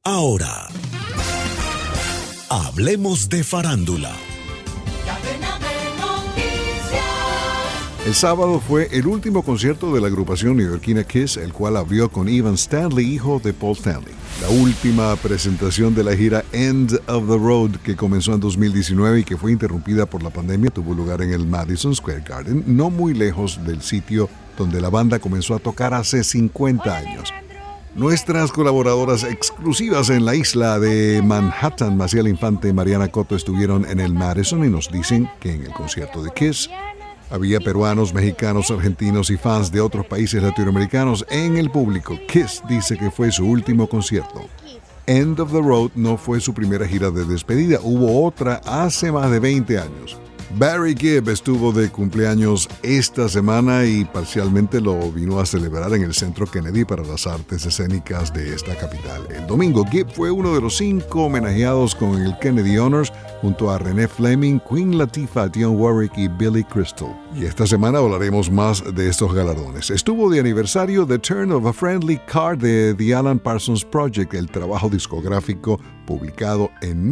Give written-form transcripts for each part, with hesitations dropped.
Ahora, hablemos de farándula. El sábado fue el último concierto de la agrupación neoyorquina Kiss, el cual abrió con Evan Stanley, hijo de Paul Stanley. La última presentación de la gira End of the Road, que comenzó en 2019 y que fue interrumpida por la pandemia, tuvo lugar en el Madison Square Garden, no muy lejos del sitio donde la banda comenzó a tocar hace 50 años. Nuestras colaboradoras exclusivas en la isla de Manhattan, Maciel Infante y Mariana Cotto, estuvieron en el Madison y nos dicen que en el concierto de Kiss había peruanos, mexicanos, argentinos y fans de otros países latinoamericanos en el público. Kiss dice que fue su último concierto. End of the Road no fue su primera gira de despedida, hubo otra hace más de 20 años. Barry Gibb estuvo de cumpleaños esta semana y parcialmente lo vino a celebrar en el Centro Kennedy para las Artes Escénicas de esta capital. El domingo, Gibb fue uno de los 5 homenajeados con el Kennedy Honors junto a Renee Fleming, Queen Latifah, Dionne Warwick y Billy Crystal. Y esta semana hablaremos más de estos galardones. Estuvo de aniversario The Turn of a Friendly Card de The Alan Parsons Project, el trabajo discográfico publicado en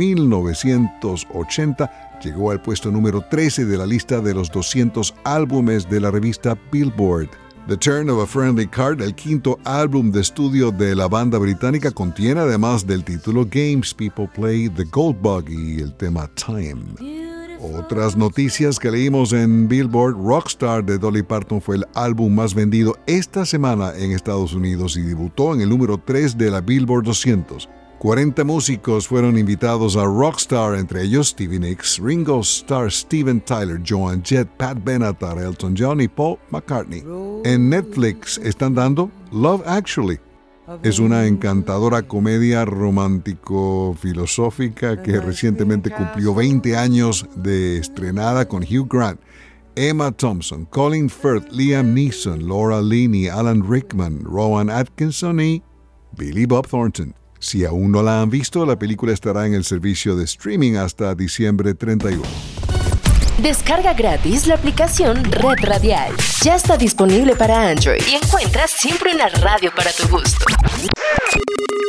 1980. Llegó al puesto número 13 de la lista de los 200 álbumes de la revista Billboard. The Turn of a Friendly Card, el quinto álbum de estudio de la banda británica, contiene además del título Games People Play, The Gold Bug y el tema Time. Otras noticias que leímos en Billboard: Rockstar de Dolly Parton fue el álbum más vendido esta semana en Estados Unidos y debutó en el número 3 de la Billboard 200. 40 músicos fueron invitados a Rockstar, entre ellos Stevie Nicks, Ringo Starr, Steven Tyler, Joan Jett, Pat Benatar, Elton John y Paul McCartney. En Netflix están dando Love Actually. Es una encantadora comedia romántico-filosófica que recientemente cumplió 20 años de estrenada, con Hugh Grant, Emma Thompson, Colin Firth, Liam Neeson, Laura Linney, Alan Rickman, Rowan Atkinson y Billy Bob Thornton. Si aún no la han visto, la película estará en el servicio de streaming hasta diciembre 31. Descarga gratis la aplicación Red Radial. Ya está disponible para Android y encuentras siempre una radio para tu gusto.